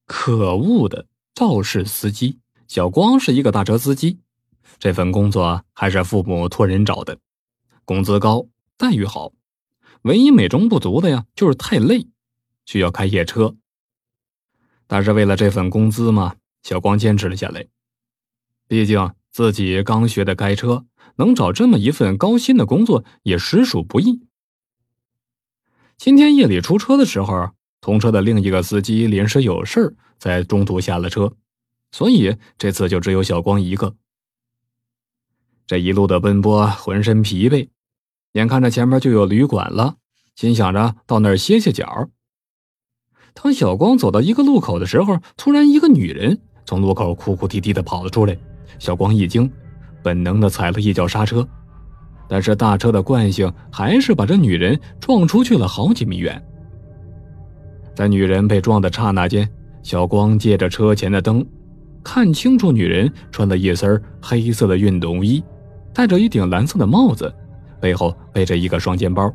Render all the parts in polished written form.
可恶的肇事司机小光是一个大车司机，这份工作还是父母托人找的，工资高，待遇好，唯一美中不足的呀就是太累，需要开夜车。但是为了这份工资嘛，小光坚持了下来。毕竟自己刚学的开车，能找这么一份高薪的工作也实属不易。今天夜里出车的时候，同车的另一个司机临时有事在中途下了车，所以这次就只有小光一个。这一路的奔波，浑身疲惫，眼看着前面就有旅馆了，心想着到那儿歇歇脚。当小光走到一个路口的时候，突然一个女人从路口哭哭啼啼地跑了出来，小光一惊，本能地踩了一脚刹车，但是大车的惯性还是把这女人撞出去了好几米远。在女人被撞的刹那间，小光借着车前的灯，看清楚女人穿了一身黑色的运动衣，戴着一顶蓝色的帽子，背后背着一个双肩包。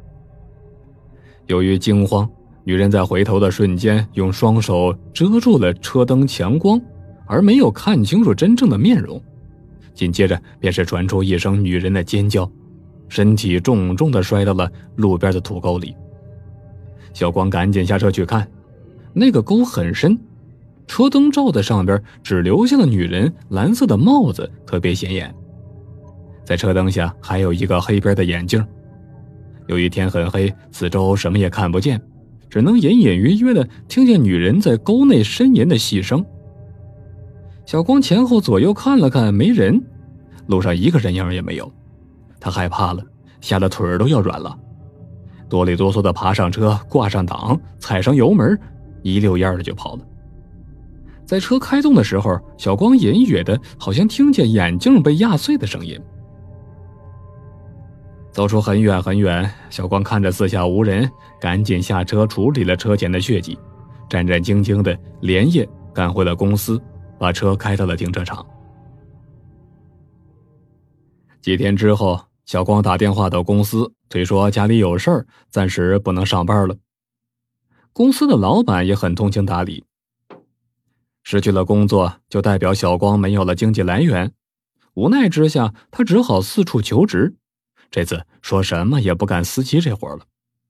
由于惊慌，女人在回头的瞬间用双手遮住了车灯强光，而没有看清楚真正的面容。紧接着便是传出一声女人的尖叫，身体重重地摔到了路边的土沟里。小光赶紧下车去看，那个沟很深，车灯照在上边，只留下了女人蓝色的帽子特别显眼，在车灯下还有一个黑边的眼镜。由于天很黑，四周什么也看不见，只能隐隐约约地听见女人在沟内呻吟的细声。小光前后左右看了看，没人，路上一个人影也没有。他害怕了，吓得腿儿都要软了，哆里哆嗦地爬上车，挂上档，踩上油门，一溜烟的就跑了。在车开动的时候，小光隐约的好像听见眼镜被压碎的声音。走出很远很远，小光看着四下无人，赶紧下车处理了车前的血迹，战战兢兢的连夜赶回了公司，把车开到了停车场。几天之后，小光打电话到公司，推说家里有事儿，暂时不能上班了。公司的老板也很通情达理，失去了工作就代表小光没有了经济来源，无奈之下他只好四处求职，这次说什么也不干司机这活了。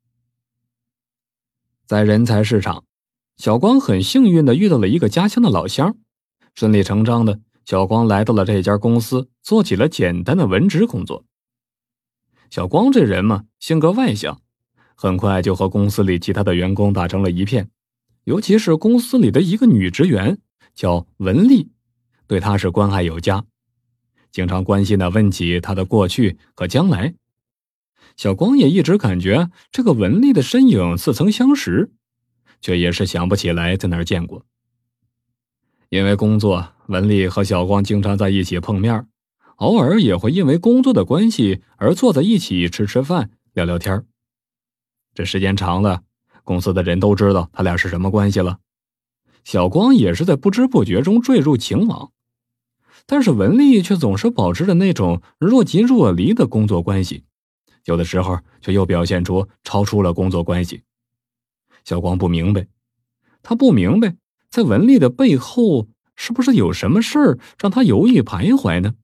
在人才市场，小光很幸运地遇到了一个家乡的老乡，顺理成章的，小光来到了这家公司，做起了简单的文职工作。小光这人嘛，性格外向，很快就和公司里其他的员工打成了一片，尤其是公司里的一个女职员叫文丽，对他是关爱有加，经常关心地问起他的过去和将来。小光也一直感觉这个文丽的身影似曾相识，却也是想不起来在哪儿见过。因为工作，文丽和小光经常在一起碰面，偶尔也会因为工作的关系而坐在一起吃吃饭聊聊天。这时间长了，公司的人都知道他俩是什么关系了。小光也是在不知不觉中坠入情网，但是文丽却总是保持着那种若即若离的工作关系，有的时候却又表现出超出了工作关系。小光不明白，他不明白在文丽的背后是不是有什么事儿让他犹豫徘徊呢？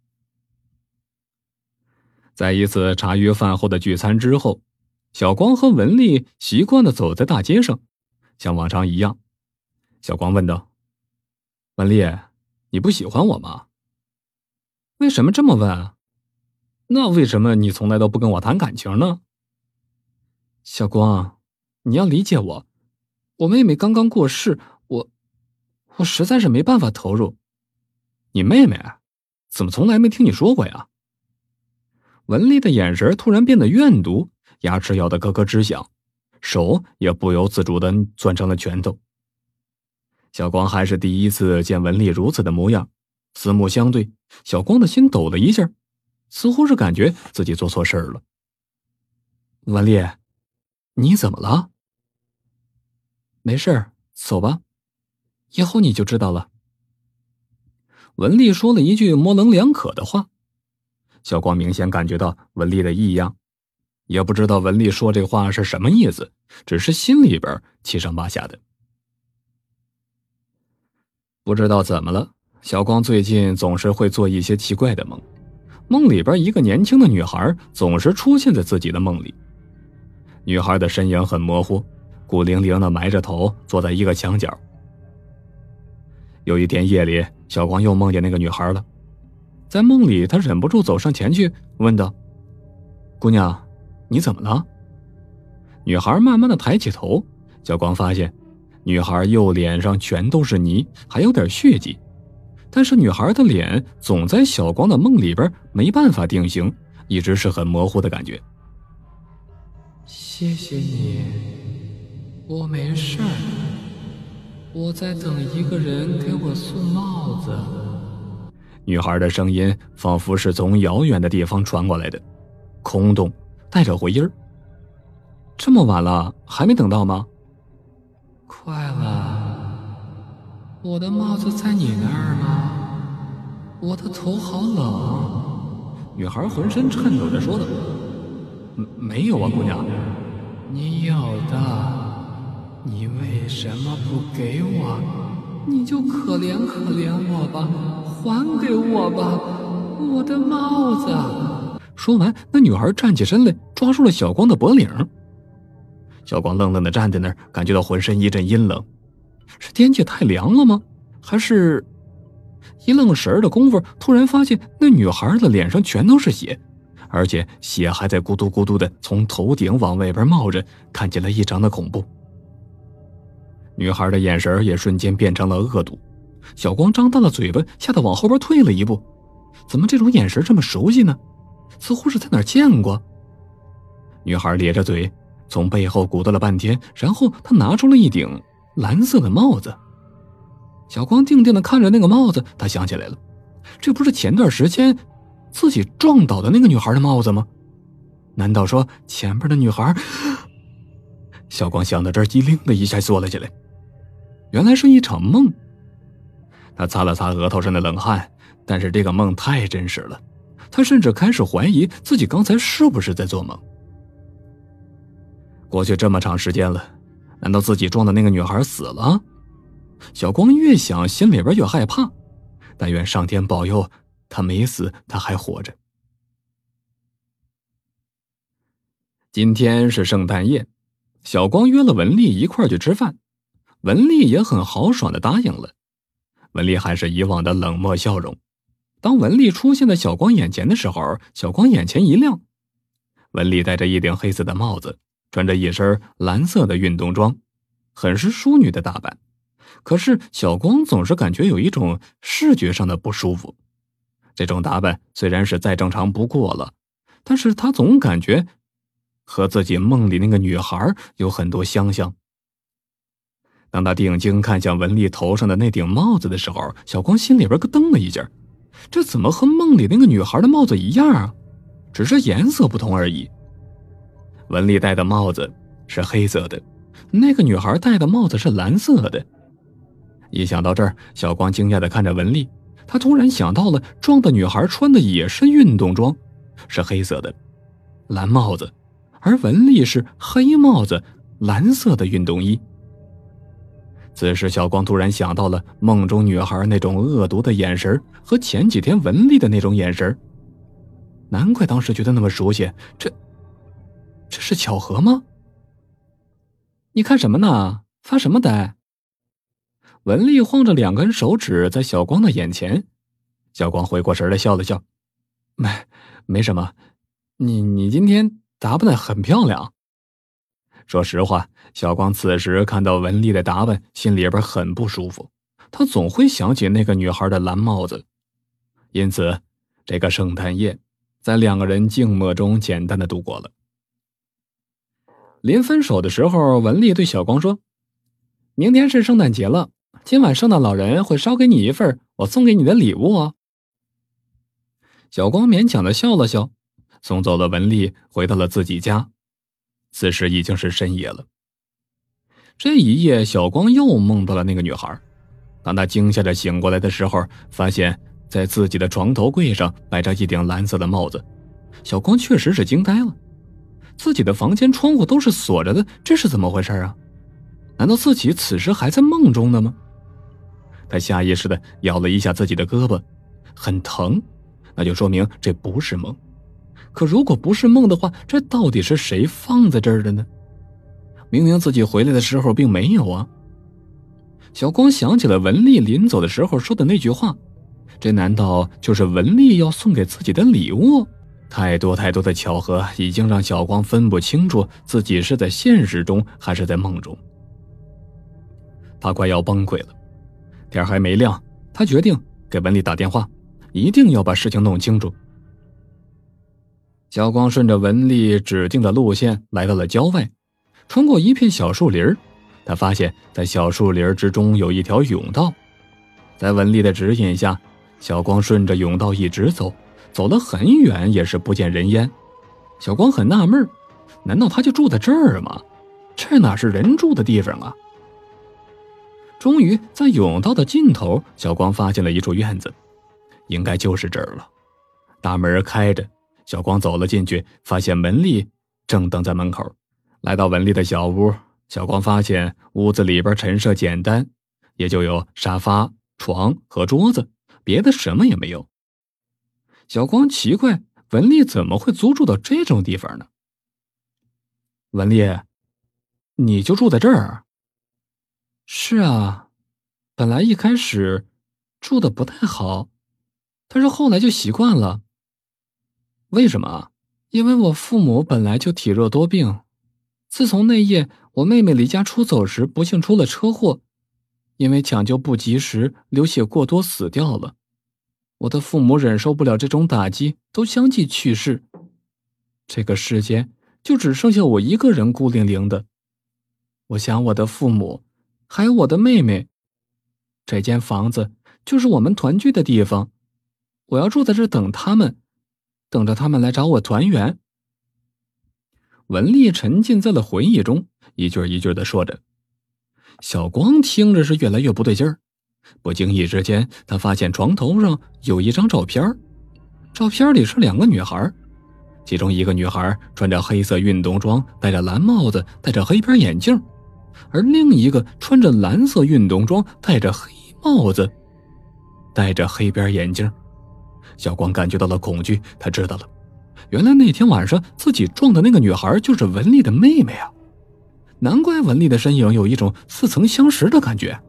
在一次茶余饭后的聚餐之后，小光和文丽习惯地走在大街上，像往常一样。小光问道：“文丽，你不喜欢我吗？”“为什么这么问啊？”“那为什么你从来都不跟我谈感情呢？”“小光，你要理解我，我妹妹刚刚过世，我实在是没办法投入。”“你妹妹？怎么从来没听你说过呀？”文丽的眼神突然变得怨毒，牙齿咬得咯咯直响，手也不由自主地攥成了拳头。小光还是第一次见文丽如此的模样，四目相对，小光的心抖了一下，似乎是感觉自己做错事了。“文丽，你怎么了？”“没事，走吧，以后你就知道了。”文丽说了一句模棱两可的话，小光明显感觉到文丽的异样，也不知道文丽说这话是什么意思，只是心里边七上八下的。 不知道怎么了，小光最近总是会做一些奇怪的梦，梦里边一个年轻的女孩总是出现在自己的梦里。女孩的身影很模糊，孤零零地埋着头坐在一个墙角。有一天夜里，小光又梦见那个女孩了。在梦里，他忍不住走上前去问道：姑娘，你怎么了？女孩慢慢地抬起头，小光发现女孩右脸上全都是泥，还有点血迹，但是女孩的脸总在小光的梦里边没办法定型，一直是很模糊的感觉。 谢谢你，我没事儿，我在等一个人给我送帽子。 女孩的声音仿佛是从遥远的地方传过来的，空洞，带着回音。这么晚了，还没等到吗？ 快了，我的帽子在你那儿吗？我的头好冷。 女孩浑身颤抖着说道：没有啊，姑娘。 你有的，你为什么不给我？你就可怜可怜我吧，还给我吧，我的帽子。 说完，那女孩站起身来，抓住了小光的脖领。小光愣愣地站在那儿，感觉到浑身一阵阴冷。是天气太凉了吗？还是……一愣神的功夫，突然发现那女孩的脸上全都是血，而且血还在咕嘟咕嘟的从头顶往外边冒着，看起来异常的恐怖。女孩的眼神也瞬间变成了恶毒。小光张大了嘴巴，吓得往后边退了一步。怎么这种眼神这么熟悉呢？似乎是在哪儿见过。女孩咧着嘴，从背后鼓捣了半天，然后她拿出了一顶蓝色的帽子。小光定定地看着那个帽子，他想起来了，这不是前段时间自己撞倒的那个女孩的帽子吗？难道说前边的女孩……小光想到这儿，一灵的一下坐了起来。原来是一场梦。他擦了擦额头上的冷汗，但是这个梦太真实了，他甚至开始怀疑自己刚才是不是在做梦。过去这么长时间了，难道自己撞的那个女孩死了？小光越想心里边越害怕，但愿上天保佑她没死，她还活着。今天是圣诞夜，小光约了文丽一块去吃饭，文丽也很豪爽地答应了。文丽还是以往的冷漠笑容。当文丽出现在小光眼前的时候，小光眼前一亮。文丽戴着一顶黑色的帽子，穿着一身蓝色的运动装，很是淑女的打扮。可是小光总是感觉有一种视觉上的不舒服。这种打扮虽然是再正常不过了，但是他总感觉和自己梦里那个女孩有很多相像。当他定睛看向文丽头上的那顶帽子的时候，小光心里边咯噔了一下，这怎么和梦里那个女孩的帽子一样啊？只是颜色不同而已。文丽戴的帽子是黑色的，那个女孩戴的帽子是蓝色的。一想到这儿，小光惊讶地看着文丽，他突然想到了撞的女孩穿的也是运动装，是黑色的蓝帽子，而文丽是黑帽子蓝色的运动衣。此时小光突然想到了梦中女孩那种恶毒的眼神和前几天文丽的那种眼神，难怪当时觉得那么熟悉，这是巧合吗？你看什么呢？发什么呆？文丽晃着2根手指在小光的眼前，小光回过神来笑了笑，没什么，你今天打扮得很漂亮。说实话，小光此时看到文丽的打扮，心里边很不舒服，他总会想起那个女孩的蓝帽子。因此这个圣诞夜在2个人静默中简单的度过了。临分手的时候，文丽对小光说，明天是圣诞节了，今晚圣诞老人会捎给你一份我送给你的礼物哦。小光勉强的笑了笑，送走了文丽，回到了自己家。此时已经是深夜了。这一夜，小光又梦到了那个女孩。当他惊吓着醒过来的时候，发现在自己的床头柜上摆着一顶蓝色的帽子。小光确实是惊呆了，自己的房间窗户都是锁着的，这是怎么回事啊？难道自己此时还在梦中呢吗？ 他下意识地咬了一下自己的胳膊，很疼，那就说明这不是梦。可如果不是梦的话，这到底是谁放在这儿的呢？明明自己回来的时候并没有啊。小光想起了文丽临走的时候说的那句话，这难道就是文丽要送给自己的礼物？太多太多的巧合已经让小光分不清楚自己是在现实中还是在梦中。他快要崩溃了，天还没亮，他决定给文丽打电话，一定要把事情弄清楚。小光顺着文丽指定的路线来到了郊外，穿过一片小树林，他发现在小树林之中有一条甬道。在文丽的指引下，小光顺着甬道一直走，走了很远也是不见人烟。小光很纳闷，难道他就住在这儿吗？这哪是人住的地方啊？终于在甬道的尽头，小光发现了一处院子，应该就是这儿了。大门开着，小光走了进去，发现文丽正等在门口。来到文丽的小屋，小光发现屋子里边陈设简单，也就有沙发、床和桌子，别的什么也没有。小光奇怪，文丽怎么会租住到这种地方呢？文丽，你就住在这儿？是啊，本来一开始住的不太好，但是后来就习惯了。为什么？因为我父母本来就体弱多病，自从那夜我妹妹离家出走时不幸出了车祸，因为抢救不及时流血过多死掉了。我的父母忍受不了这种打击，都相继去世。这个世间就只剩下我一个人孤零零的。我想我的父母，还有我的妹妹。这间房子就是我们团聚的地方，我要住在这等他们，等着他们来找我团圆。文丽沉浸在了回忆中，一句一句地说着。小光听着是越来越不对劲儿，不经意之间，他发现床头上有一张照片，照片里是两个女孩，其中一个女孩穿着黑色运动装，戴着蓝帽子，戴着黑边眼镜，而另一个穿着蓝色运动装，戴着黑帽子，戴着黑边眼镜。小光感觉到了恐惧，他知道了，原来那天晚上自己撞的那个女孩就是文丽的妹妹啊！难怪文丽的身影有一种似曾相识的感觉。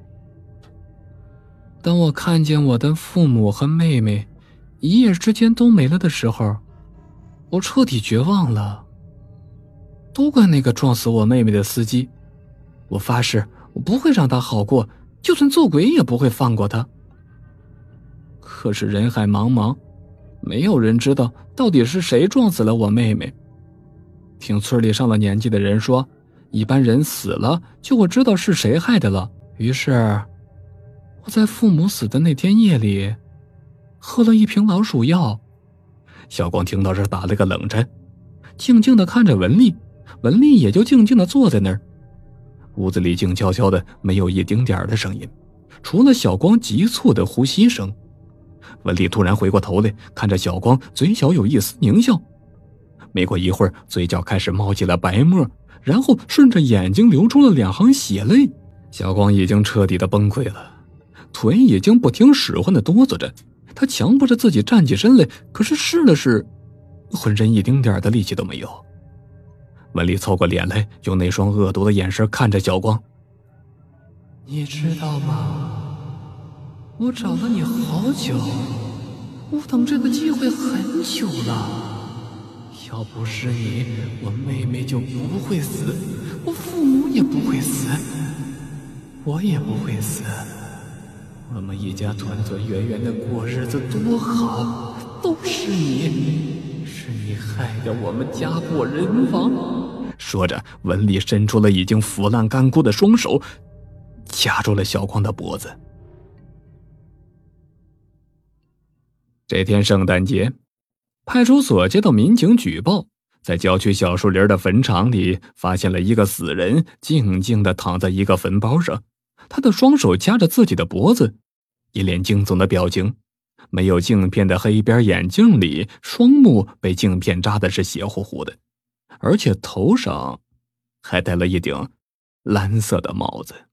当我看见我的父母和妹妹一夜之间都没了的时候，我彻底绝望了。都怪那个撞死我妹妹的司机，我发誓我不会让他好过，就算做鬼也不会放过他。可是人海茫茫，没有人知道到底是谁撞死了我妹妹。听村里上了年纪的人说，一般人死了就会知道是谁害的了。于是我在父母死的那天夜里喝了一瓶老鼠药。小光听到这打了个冷战，静静地看着文丽，文丽也就静静地坐在那儿。屋子里静悄悄的，没有一丁点的声音，除了小光急促的呼吸声。文丽突然回过头来，看着小光，嘴角有一丝狞笑。没过一会儿，嘴角开始冒起了白沫，然后顺着眼睛流出了2行血泪。小光已经彻底的崩溃了，腿已经不听使唤的哆嗦着，他强迫着自己站起身来，可是试了试，浑身一丁点的力气都没有。文丽凑过脸来，用那双恶毒的眼神看着小光。你知道吗？我找了你好久，我等这个机会很久了。要不是你，我妹妹就不会死，我父母也不会死，我也不会死。我们一家团团圆圆的过日子多好，都是你，是你害得我们家破人亡。说着，文丽伸出了已经腐烂干枯的双手，掐住了小光的脖子。这天圣诞节，派出所接到民警举报，在郊区小树林的坟场里发现了一个死人，静静地躺在一个坟包上，他的双手夹着自己的脖子，一脸惊悚的表情。没有镜片的黑边眼镜里，双目被镜片扎的是血乎乎的，而且头上还戴了一顶蓝色的帽子。